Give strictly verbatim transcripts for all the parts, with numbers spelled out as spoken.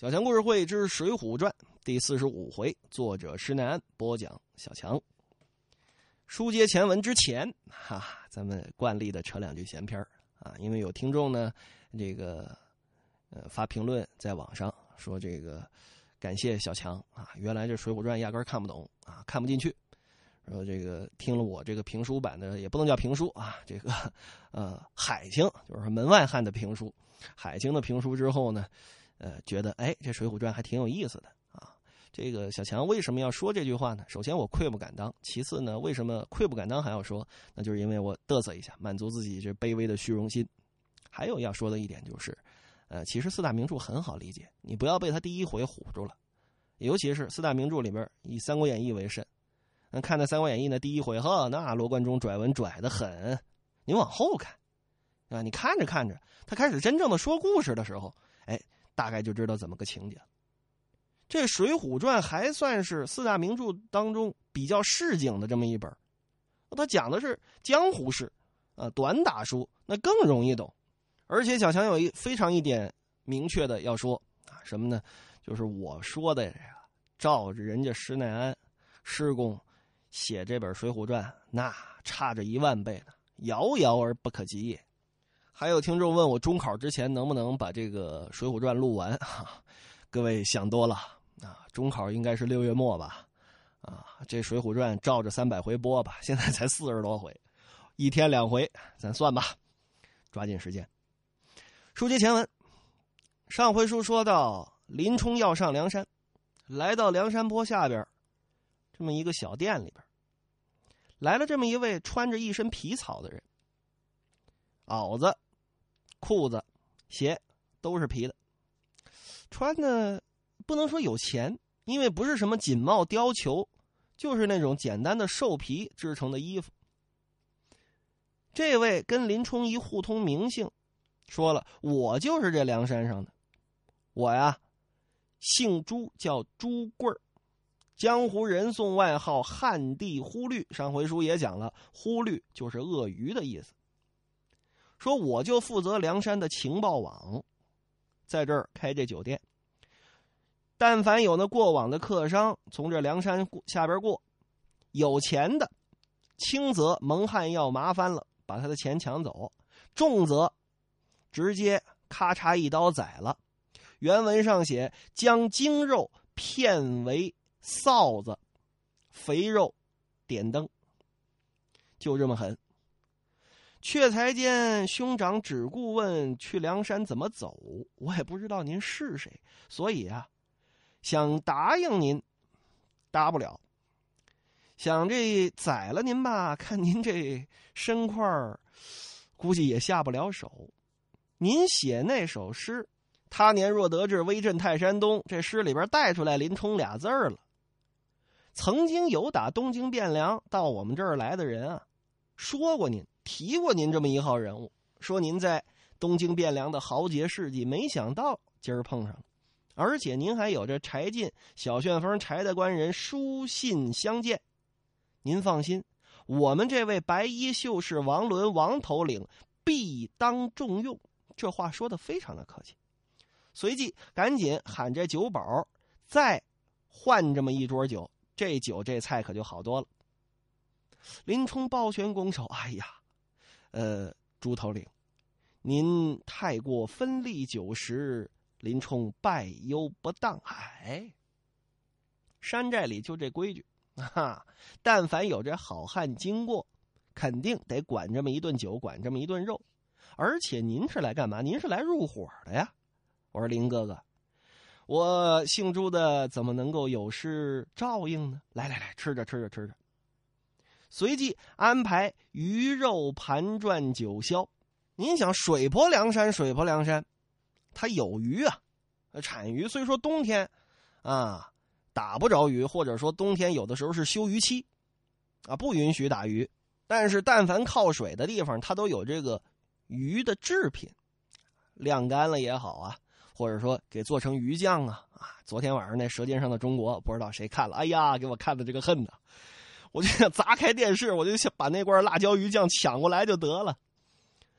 小强故事会之《水浒传》第四十五回，作者施耐庵，播讲小强。书接前文之前，哈，咱们惯例的扯两句闲篇啊，因为有听众呢，这个呃发评论在网上说这个感谢小强啊，原来这《水浒传》压根看不懂啊，看不进去。然后这个听了我这个评书版的，也不能叫评书啊，这个呃海清，就是门外汉的评书，海清的评书之后呢，呃觉得哎这《水浒传》还挺有意思的啊。这个小强为什么要说这句话呢？首先我愧不敢当，其次呢，为什么愧不敢当还要说？那就是因为我嘚瑟一下，满足自己这卑微的虚荣心。还有要说的一点就是，呃，其实四大名著很好理解，你不要被他第一回唬住了。尤其是四大名著里边以《三国演义》为甚。那看那《三国演义》呢，第一回呵，那罗贯中拽文拽得很。你往后看，啊，你看着看着，他开始真正的说故事的时候，哎，大概就知道怎么个情节了。这《水浒传》还算是四大名著当中比较市井的这么一本，它讲的是江湖事，啊，短打书，那更容易懂。而且小强有一非常一点明确的要说啊，什么呢？就是我说的呀，照着人家施耐庵施公写这本《水浒传》，那差着一万倍呢，遥遥而不可及也。还有听众问我中考之前能不能把这个《水浒传》录完，哈，各位想多了啊，中考应该是六月末吧，啊，这《水浒传》照着三百回播吧，现在才四十多回，一天两回，咱算吧，抓紧时间。书接前文，上回书说到林冲要上梁山，来到梁山坡下边这么一个小店里边，来了这么一位穿着一身皮草的人，袄子、裤子、鞋都是皮的，穿的不能说有钱，因为不是什么锦帽貂裘，就是那种简单的兽皮制成的衣服。这位跟林冲一互通名姓，说了我就是这梁山上的，我呀姓朱，叫朱贵儿，江湖人送外号旱地忽律，上回书也讲了，忽律就是鳄鱼的意思。说我就负责梁山的情报网，在这儿开这酒店，但凡有那过往的客商从这梁山下边过，有钱的轻则蒙汗药麻翻了，把他的钱抢走，重则直接咔嚓一刀宰了。原文上写将精肉片为臊子，肥肉点灯，就这么狠。却才见兄长只顾问去梁山怎么走，我也不知道您是谁，所以啊想答应您答不了，想这宰了您吧，看您这身块估计也下不了手。您写那首诗他年若得志，威震泰山东，这诗里边带出来林冲俩字儿了。曾经有打东京汴梁到我们这儿来的人啊，说过您，提过您这么一号人物，说您在东京汴梁的豪杰事迹，没想到今儿碰上了，而且您还有着柴进、小旋风、柴大官人书信相见。您放心，我们这位白衣秀士王伦王头领必当重用。这话说得非常的客气。随即赶紧喊这酒保再换这么一桌酒，这酒这菜可就好多了。林冲抱拳拱手，哎呀，呃，朱头领，您太过分力酒食，林冲拜忧不当。哎，山寨里就这规矩，哈，但凡有这好汉经过，肯定得管这么一顿酒，管这么一顿肉。而且您是来干嘛？您是来入伙的呀。我说林哥哥，我姓朱的怎么能够有失照应呢？来来来，吃着吃着吃着。随即安排鱼肉盘转酒消。您想水泊梁山，水泊梁山它有鱼啊，产鱼，虽说冬天啊打不着鱼，或者说冬天有的时候是休渔期啊，不允许打鱼，但是但凡靠水的地方，它都有这个鱼的制品，晾干了也好啊，或者说给做成鱼酱啊啊！昨天晚上那《舌尖上的中国》，不知道谁看了，哎呀，给我看的这个恨呐！我就想砸开电视，我就想把那罐辣椒鱼酱抢过来就得了。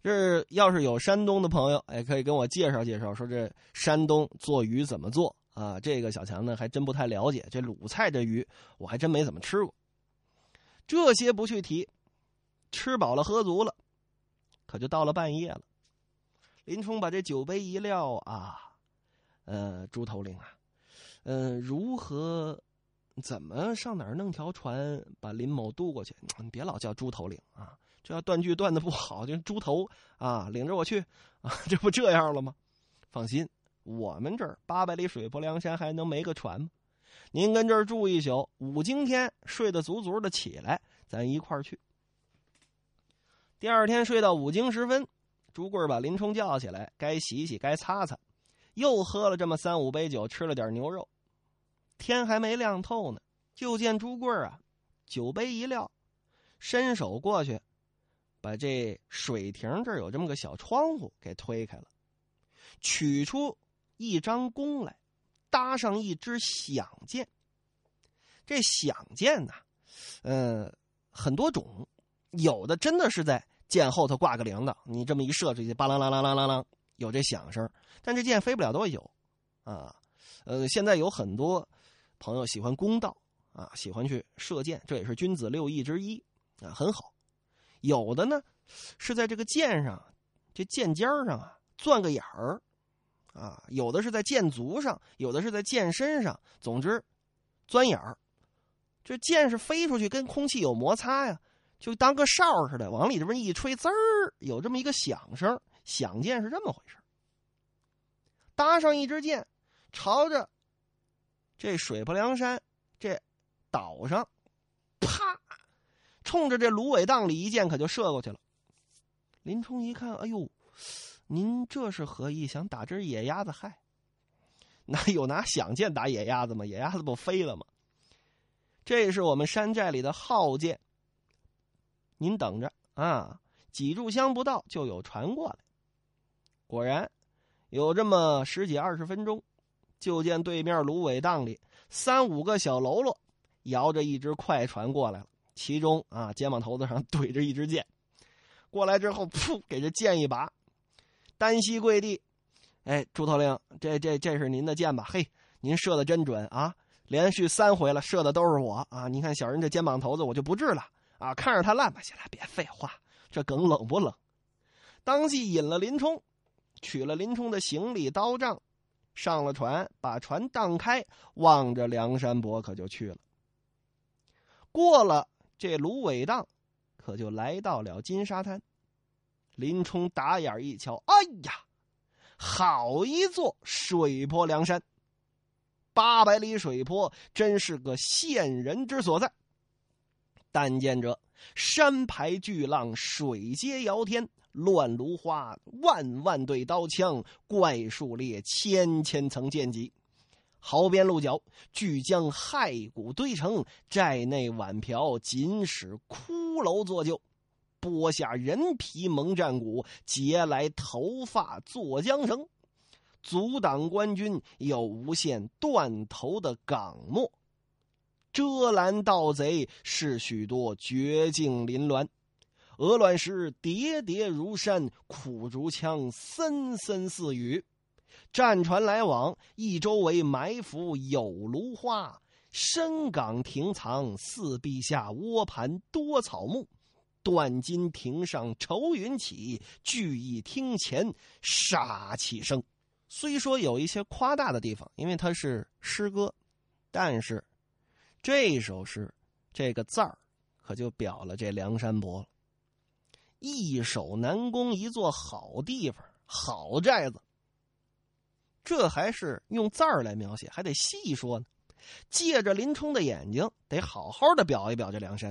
这要是有山东的朋友，哎，可以跟我介绍介绍，说这山东做鱼怎么做啊？这个小强呢还真不太了解，这鲁菜这鱼我还真没怎么吃过。这些不去提，吃饱了喝足了，可就到了半夜了。林冲把这酒杯一撂啊，呃，猪头领啊，嗯、呃，如何？怎么上哪儿弄条船把林某渡过去？你别老叫猪头领啊，这要断句断的不好，就猪头啊，领着我去啊，这不这样了吗？放心，我们这儿八百里水泊梁山还能没个船吗？您跟这儿住一宿，五更天睡得足足的起来，咱一块儿去。第二天睡到五更时分，朱贵把林冲叫起来，该洗洗该擦擦，又喝了这么三五杯酒，吃了点牛肉。天还没亮透呢，就见朱贵啊，酒杯一撂，伸手过去，把这水亭这儿有这么个小窗户给推开了，取出一张弓来，搭上一支响箭。这响箭呢、啊，呃，很多种，有的真的是在箭后头挂个铃铛，你这么一射出去，巴啷啷啷啷啷啷，有这响声，但这箭飞不了多久啊。呃，现在有很多朋友喜欢弓道啊，喜欢去射箭，这也是君子六艺之一啊，很好。有的呢是在这个箭上，这箭尖上啊钻个眼儿啊，有的是在箭足上，有的是在箭身上，总之钻眼儿。这箭是飞出去跟空气有摩擦呀，就当个哨似的，往里这边一吹，滋儿，有这么一个响声，响箭是这么回事。搭上一支箭，朝着这水泊梁山这岛上，啪，冲着这芦苇荡里一箭可就射过去了。林冲一看，哎呦，您这是何意？想打只野鸭子害？哪有拿响箭打野鸭子吗？野鸭子不飞了吗？这是我们山寨里的号箭，您等着啊，几炷香不到就有船过来。果然有这么十几二十分钟，就见对面芦苇荡里三五个小喽啰摇着一只快船过来了，其中啊肩膀头子上怼着一支箭。过来之后，噗，给这箭一拔，单膝跪地，哎，猪头领，这这这是您的箭吧？嘿，您射的真准啊！连续三回了，射的都是我啊！你看小人这肩膀头子，我就不治了啊！看着他烂吧，行了，别废话，这梗冷不冷？当即引了林冲，取了林冲的行李刀杖，上了船，把船荡开，望着梁山泊可就去了。过了这芦苇荡，可就来到了金沙滩。林冲打眼一瞧，哎呀，好一座水泊梁山！八百里水泊，真是个羡人之所在。但见着山排巨浪，水接遥天，乱芦花，万万对刀枪，怪树列，千千层剑戟。壕边鹿角，巨江骸骨堆成，寨内碗瓢，仅使骷髅做旧。剥下人皮蒙战鼓，截来头发做缰绳。阻挡官军有无限断头的岗墨，遮拦盗贼是许多绝境林峦。鹅卵石叠叠如山，苦竹枪森森似雨。战船来往，一周围埋伏有芦花。深港亭藏四壁下，窝盘多草木。断金亭上愁云起，聚义厅前杀气生。虽说有一些夸大的地方，因为它是诗歌，但是这首诗这个字儿可就表了这梁山泊了。易守难攻，一座好地方，好寨子。这还是用字儿来描写，还得细说呢。借着林冲的眼睛，得好好的表一表这梁山。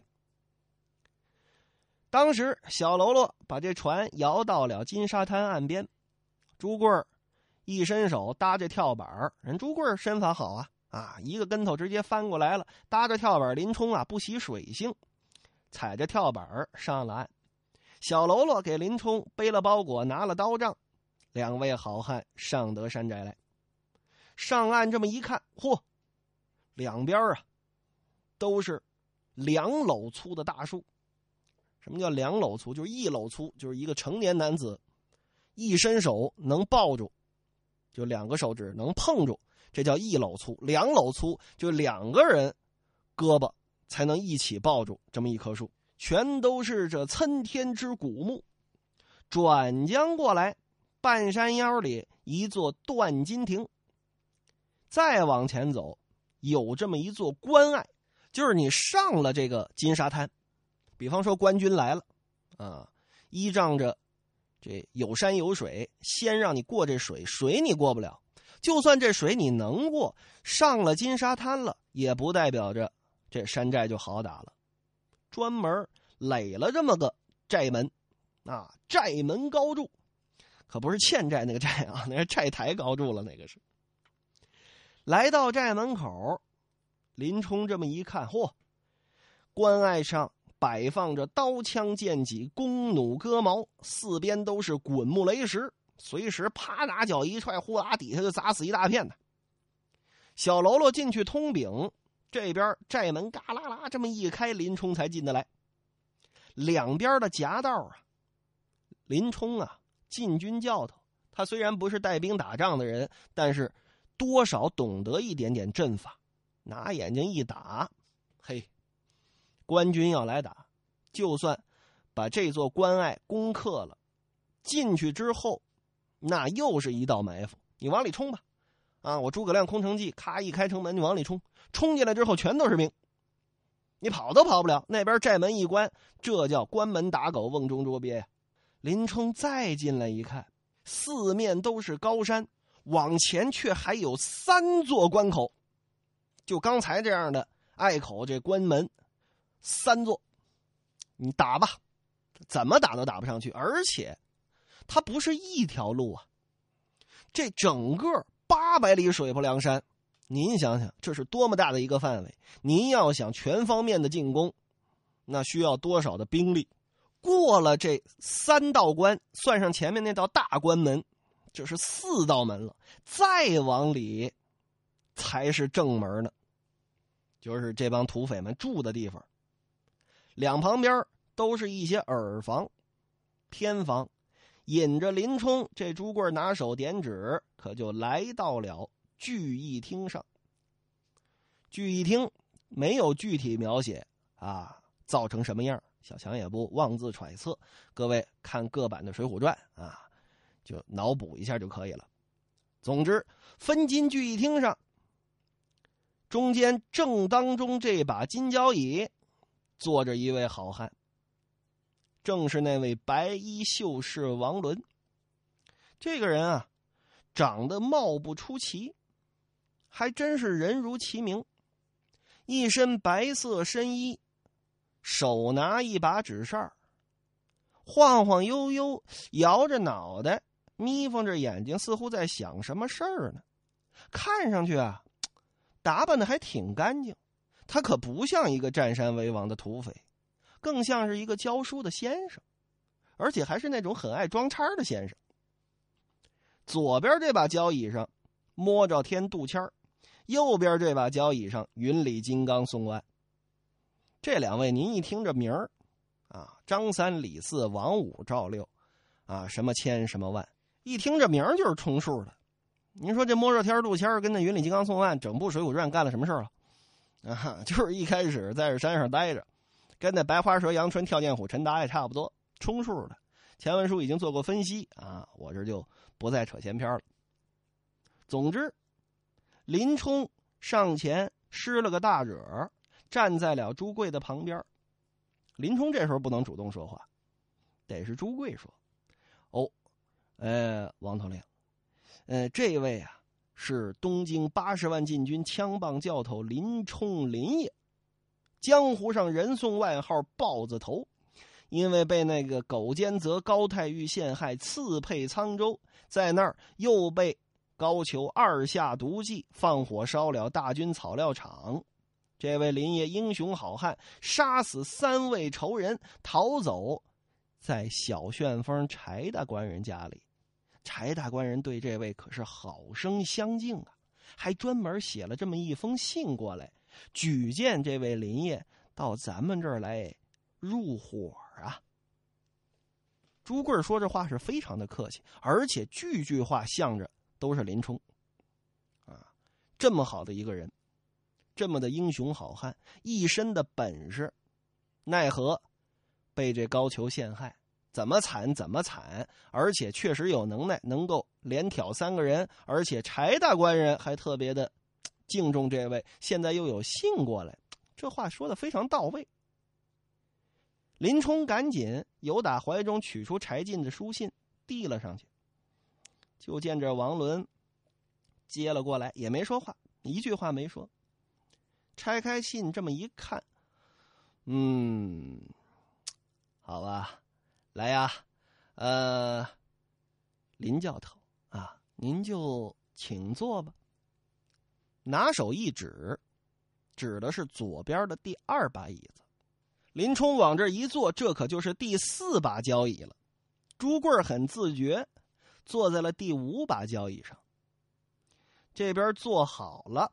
当时小喽啰把这船摇到了金沙滩岸边，朱贵儿一伸手搭着跳板，人朱贵儿身法好啊啊，一个跟头直接翻过来了，搭着跳板。林冲啊不习水性，踩着跳板上了岸。小喽啰给林冲背了包裹，拿了刀杖，两位好汉上得山寨来。上岸这么一看，嚯，两边啊都是两篓粗的大树， 什么叫两篓粗？就是一篓粗，就是一个成年男子一伸手能抱住，就两个手指能碰住，这叫一篓粗。两篓粗就两个人胳膊才能一起抱住这么一棵树，全都是这参天之古木。转将过来，半山腰里一座断金亭，再往前走有这么一座关隘，就是你上了这个金沙滩，比方说官军来了啊，依仗着这有山有水，先让你过这水，水你过不了，就算这水你能过，上了金沙滩了，也不代表着这山寨就好打了。专门垒了这么个寨门啊，寨门高筑，可不是欠债那个债啊，那是寨台高筑了，那个是。来到寨门口，林冲这么一看，嚯，关隘上摆放着刀枪剑戟弓弩戈矛，四边都是滚木雷石，随时啪拿脚一踹，呼啦底下就砸死一大片的。小喽啰进去通禀，这边寨门嘎啦啦这么一开，林冲才进得来。两边的夹道啊，林冲啊禁军教头，他虽然不是带兵打仗的人，但是多少懂得一点点阵法，拿眼睛一打，嘿，官军要来打，就算把这座关隘攻克了，进去之后那又是一道埋伏，你往里冲吧啊！我诸葛亮空城计，咔一开城门就往里冲，冲进来之后全都是兵，你跑都跑不了，那边寨门一关，这叫关门打狗，瓮中捉鳖呀。林冲再进来一看，四面都是高山，往前却还有三座关口，就刚才这样的隘口，这关门三座，你打吧，怎么打都打不上去。而且它不是一条路啊，这整个八百里水泊梁山，您想想这是多么大的一个范围，您要想全方面的进攻，那需要多少的兵力。过了这三道关，算上前面那道大关门，这是四道门了，再往里才是正门呢，就是这帮土匪们住的地方。两旁边都是一些耳房偏房，引着林冲这朱贵拿手点指，可就来到了聚义厅上。聚义厅没有具体描写啊，造成什么样，小强也不妄自揣测，各位看各版的《水浒传》啊，就脑补一下就可以了。总之，分金聚义厅上，中间正当中这把金交椅，坐着一位好汉，正是那位白衣秀士王伦。这个人啊，长得貌不出奇，还真是人如其名，一身白色深衣，手拿一把纸扇，晃晃悠悠，摇着脑袋，眯缝着眼睛，似乎在想什么事儿呢。看上去啊，打扮的还挺干净，他可不像一个占山为王的土匪，更像是一个教书的先生，而且还是那种很爱装叉的先生。左边这把交椅上摸着天杜谦，右边这把交椅上云里金刚宋万。这两位您一听这名儿啊，张三李四王五赵六啊，什么千什么万，一听这名儿就是充数的。您说这摸着天杜谦跟那云里金刚宋万整部《水浒传》干了什么事儿了啊？就是一开始在这山上待着，跟那白花蛇杨春跳涧虎陈达也差不多，充数的。前文书已经做过分析啊，我这就不再扯闲篇了。总之，林冲上前施了个大惹，站在了朱贵的旁边。林冲这时候不能主动说话，得是朱贵说：“哦，呃，王统领，呃，这位啊是东京八十万禁军枪棒教头林冲林爷，江湖上人送外号豹子头，因为被那个狗奸贼高太尉陷害，刺配沧州，在那儿又被高俅二下毒计，放火烧了大军草料场。这位林爷英雄好汉，杀死三位仇人，逃走在小旋风柴大官人家里。柴大官人对这位可是好生相敬啊，还专门写了这么一封信过来，举荐这位林爷到咱们这儿来入伙啊。朱贵说这话是非常的客气，而且句句话向着都是林冲啊，这么好的一个人，这么的英雄好汉，一身的本事，奈何被这高俅陷害，怎么惨怎么惨，而且确实有能耐，能够连挑三个人，而且柴大官人还特别的敬重这位，现在又有信过来，这话说的非常到位。林冲赶紧由打怀中取出柴进的书信，递了上去。就见这王伦接了过来，也没说话，一句话没说。拆开信这么一看，嗯，好吧，来呀，呃，林教头啊，您就请坐吧。拿手一指，指的是左边的第二把椅子。林冲往这一坐，这可就是第四把交椅了。朱贵很自觉，坐在了第五把交椅上。这边坐好了，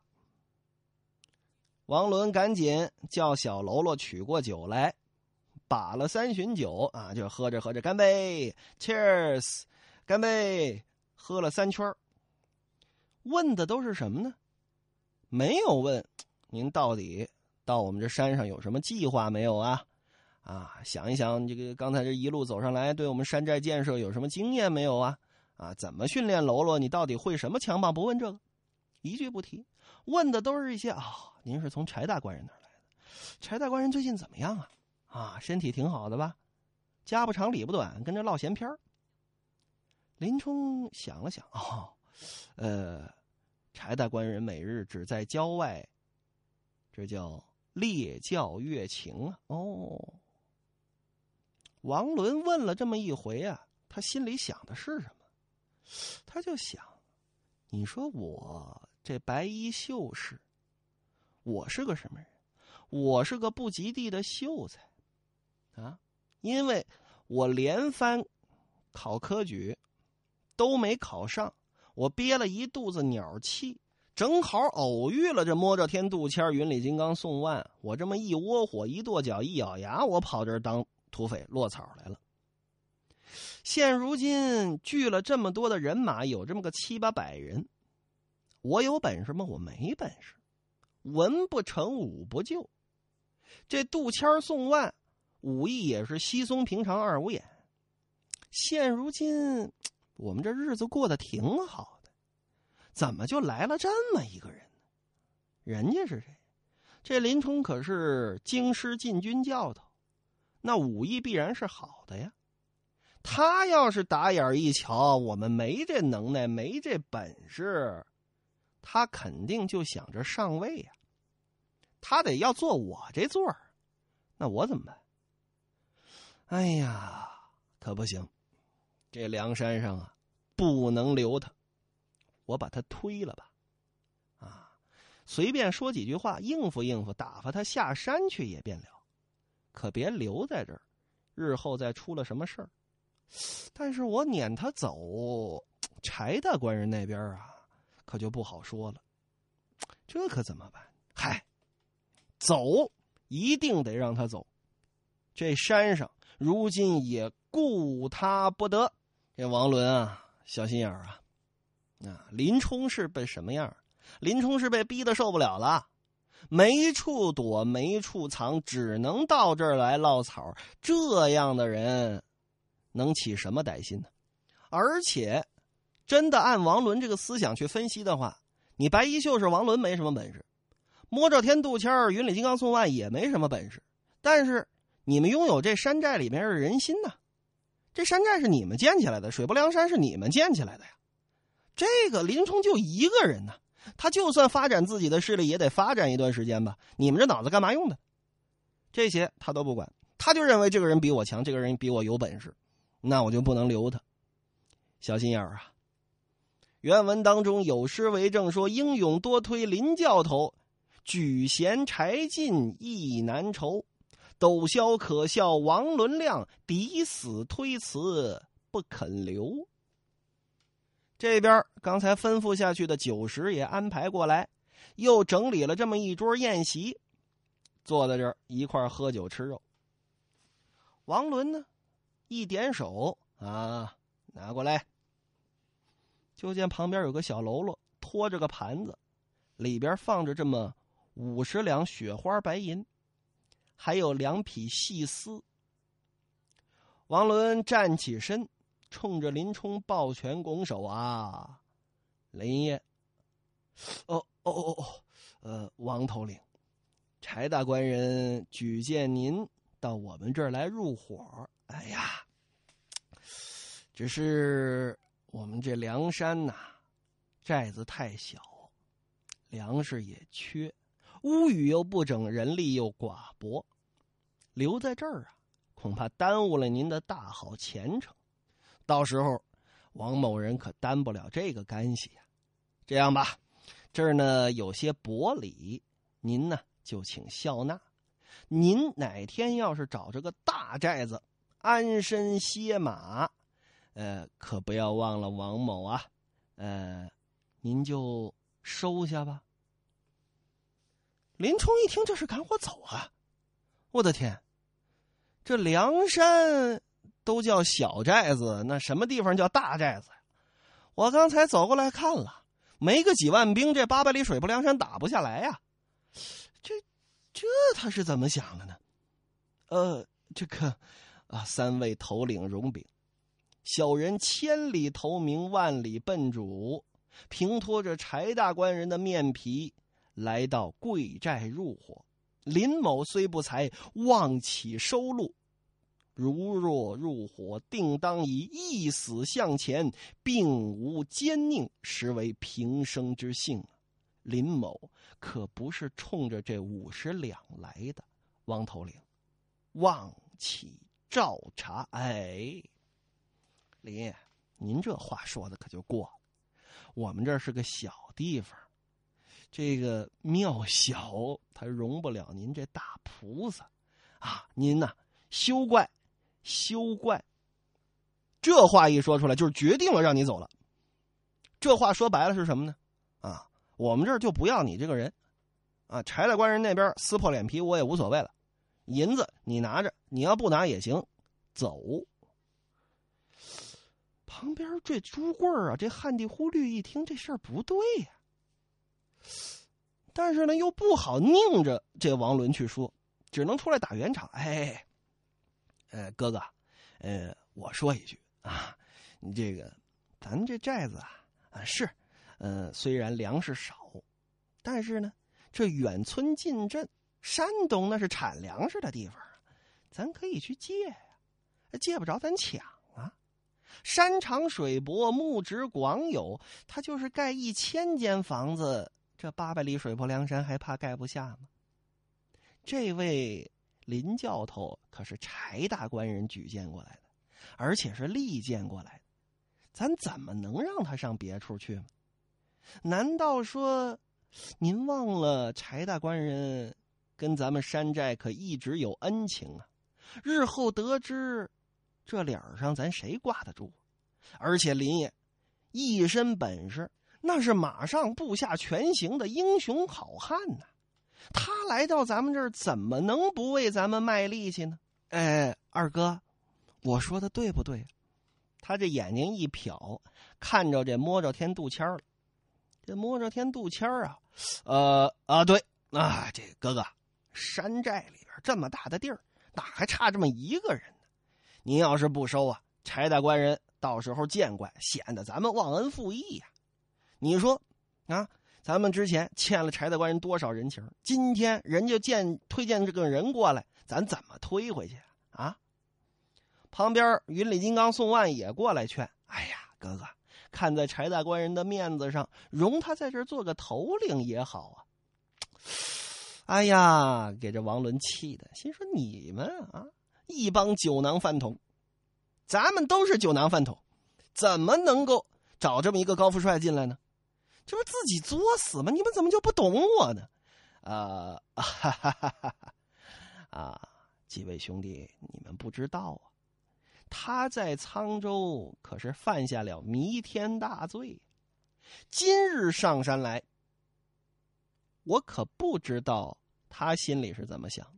王伦赶紧叫小喽啰取过酒来，把了三巡酒啊，就喝着喝着，干杯 ，Cheers， 干杯，喝了三圈。问的都是什么呢？没有问您到底到我们这山上有什么计划没有啊？啊，想一想这个刚才这一路走上来，对我们山寨建设有什么经验没有啊？啊，怎么训练喽啰？你到底会什么枪棒？不问这个，一句不提。问的都是一些啊、哦，您是从柴大官人那儿来的，柴大官人最近怎么样啊？啊，身体挺好的吧？家不长理不短，跟着唠闲篇儿。林冲想了想，哦，呃，柴大官人每日只在郊外，这叫猎教乐情啊。哦，王伦问了这么一回啊，他心里想的是什么？他就想，你说我这白衣秀士，我是个什么人？我是个不及第的秀才啊！因为我连番考科举都没考上，我憋了一肚子鸟气，正好偶遇了这摸着天杜迁、云里金刚宋万，我这么一窝火，一跺脚，一咬牙，我跑这儿当土匪落草来了。现如今聚了这么多的人马，有这么个七八百人，我有本事吗？我没本事，文不成武不就。这杜迁、宋万武艺也是稀松平常二五眼，现如今我们这日子过得挺好的，怎么就来了这么一个人呢？人家是谁？这林冲可是京师禁军教头，那武艺必然是好的呀。他要是打眼一瞧，我们没这能耐，没这本事，他肯定就想着上位呀。他得要坐我这座儿，那我怎么办？哎呀，可不行，这梁山上啊，不能留他，我把他推了吧。啊，随便说几句话，应付应付，打发他下山去也便了，可别留在这儿，日后再出了什么事儿。但是我撵他走，柴大官人那边啊，可就不好说了。这可怎么办？嗨，走一定得让他走。这山上如今也顾他不得。这王伦啊，小心眼儿啊！啊，林冲是被什么样？林冲是被逼得受不了了，没处躲，没处藏，只能到这儿来落草。这样的人能起什么歹心呢？而且真的按王伦这个思想去分析的话，你白衣秀士王伦没什么本事，摸着天杜迁、云里金刚宋万也没什么本事，但是你们拥有这山寨里面的人心呐。这山寨是你们建起来的，水泊梁山是你们建起来的呀。这个林冲就一个人呢，他就算发展自己的势力也得发展一段时间吧，你们这脑子干嘛用的？这些他都不管，他就认为这个人比我强，这个人比我有本事，那我就不能留他。小心眼儿啊！原文当中有诗为证，说英勇多推林教头，举贤柴进意难酬，斗枭可笑王伦亮，抵死推辞不肯留。这边刚才吩咐下去的酒食也安排过来，又整理了这么一桌宴席，坐在这儿一块喝酒吃肉。 王伦呢，一点手啊，拿过来。就见旁边有个小喽啰拖着个盘子，里边放着这么五十两雪花白银，还有两匹细丝。王伦站起身，冲着林冲抱拳拱手啊，林爷，哦哦哦哦，呃，王头领，柴大官人举荐您到我们这儿来入伙。哎呀，只是我们这梁山呐、啊，寨子太小，粮食也缺，屋宇又不整，人力又寡薄，留在这儿啊，恐怕耽误了您的大好前程。到时候王某人可担不了这个干系呀、啊。这样吧，这儿呢有些薄礼，您呢就请笑纳。您哪天要是找这个大寨子安身歇马，呃，可不要忘了王某啊，呃，您就收下吧。林冲一听，这是赶我走啊！我的天，这梁山都叫小寨子，那什么地方叫大寨子呀？我刚才走过来看了，没个几万兵，这八百里水泊梁山打不下来呀、啊！这这他是怎么想的呢？呃，这个啊，三位头领容禀，小人千里投名，万里奔主，凭托着柴大官人的面皮，来到贵寨入伙。林某虽不才，望起收录。如若入伙，定当以一死向前，并无奸佞，实为平生之幸。林某可不是冲着这五十两来的，王头领，望起照察。哎，林爷，您这话说的可就过了。我们这是个小地方，这个庙小，它容不了您这大菩萨啊！您呐、啊，休怪，休怪。这话一说出来，就是决定了让你走了。这话说白了是什么呢？啊，我们这儿就不要你这个人啊！柴大官人那边撕破脸皮，我也无所谓了。银子你拿着，你要不拿也行，走。旁边这朱贵啊，这汉地忽律一听这事儿不对呀、啊，但是呢又不好拧着这王伦去说，只能出来打圆场。哎，呃，哥哥，呃，我说一句啊，你这个咱这寨子啊，啊是，呃，虽然粮食少，但是呢，这远村近镇，山东那是产粮食的地方啊，咱可以去借呀、啊，借不着咱抢啊。山长水博，木质广有，他就是盖一千间房子，这八百里水泊梁山还怕盖不下吗？这位林教头可是柴大官人举荐过来的，而且是力荐过来的，咱怎么能让他上别处去吗？难道说您忘了柴大官人跟咱们山寨可一直有恩情啊？日后得知，这脸上咱谁挂得住？而且林爷一身本事，那是马上部下全行的英雄好汉呐、啊！他来到咱们这儿，怎么能不为咱们卖力气呢？哎，二哥，我说的对不对？他这眼睛一瞟，看着这摸着天肚签了。这摸着天肚签啊，呃啊，对啊，这哥哥，山寨里边这么大的地儿，哪还差这么一个人呢？您要是不收啊，柴大官人到时候见怪，显得咱们忘恩负义呀、啊。你说啊，咱们之前欠了柴大官人多少人情？今天人家见推荐这个人过来，咱怎么推回去啊？旁边云里金刚宋万也过来劝：“哎呀，哥哥，看在柴大官人的面子上，容他在这儿做个头领也好啊。”哎呀，给这王伦气的，心说你们啊，一帮酒囊饭桶，咱们都是酒囊饭桶，怎么能够找这么一个高富帅进来呢？这不自己作死吗？你们怎么就不懂我呢？啊、呃，哈哈哈哈啊！几位兄弟，你们不知道啊，他在沧州可是犯下了弥天大罪，今日上山来，我可不知道他心里是怎么想。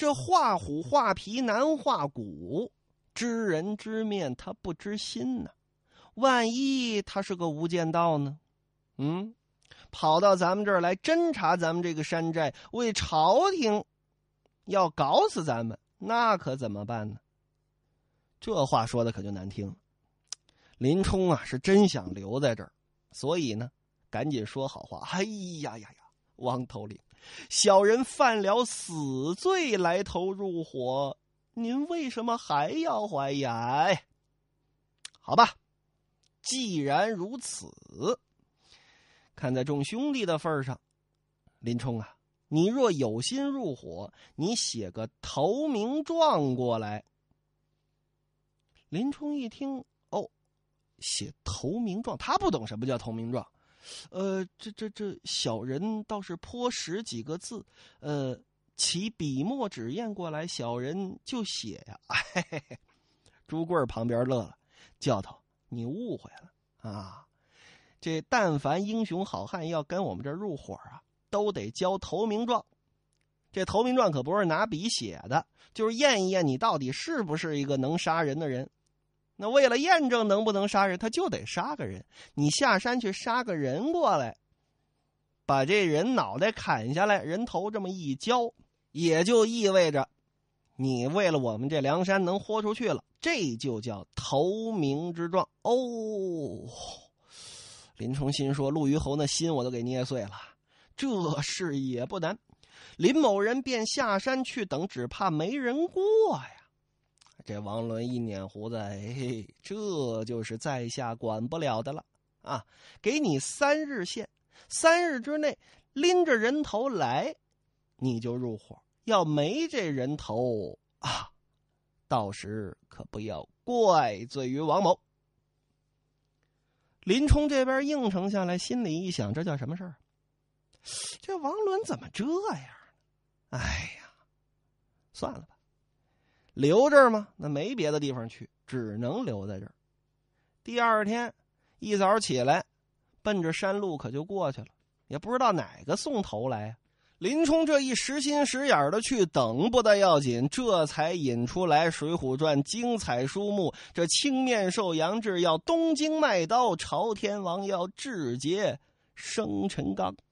这画虎画皮难画骨，知人知面他不知心呢、啊。万一他是个无间道呢？嗯，跑到咱们这儿来侦查咱们这个山寨，为朝廷要搞死咱们，那可怎么办呢？这话说的可就难听了。林冲啊，是真想留在这儿，所以呢，赶紧说好话。哎呀呀呀，王头领，小人犯了死罪来投入伙，您为什么还要怀疑？哎，好吧，既然如此，看在众兄弟的份上，林冲啊，你若有心入伙，你写个投名状过来。林冲一听，哦，写投名状，他不懂什么叫投名状。呃，这这这小人倒是颇识几个字，呃，其笔墨纸砚过来，小人就写呀。嘿嘿嘿，朱贵旁边乐了，教头，你误会了啊！这但凡英雄好汉要跟我们这儿入伙啊，都得交投名状。这投名状可不是拿笔写的，就是验一验你到底是不是一个能杀人的人。那为了验证能不能杀人，他就得杀个人。你下山去杀个人过来，把这人脑袋砍下来，人头这么一交，也就意味着你为了我们这梁山能豁出去了，这就叫投名之状。哦，林冲心说，陆虞侯那心我都给捏碎了，这事也不难。林某人便下山去等，只怕没人过呀。这王伦一捻胡子，哎，这就是在下管不了的了啊！给你三日限，三日之内拎着人头来，你就入伙；要没这人头啊，到时可不要怪罪于王某。林冲这边应承下来，心里一想，这叫什么事儿？这王伦怎么这样？哎呀，算了吧。留这儿吗？那没别的地方去，只能留在这儿。第二天一早起来，奔着山路可就过去了，也不知道哪个送头来啊。林冲这一实心实眼的去等不得要紧，这才引出来《水浒传》精彩书目。这青面兽杨志要东京卖刀，朝天王要志节生辰纲。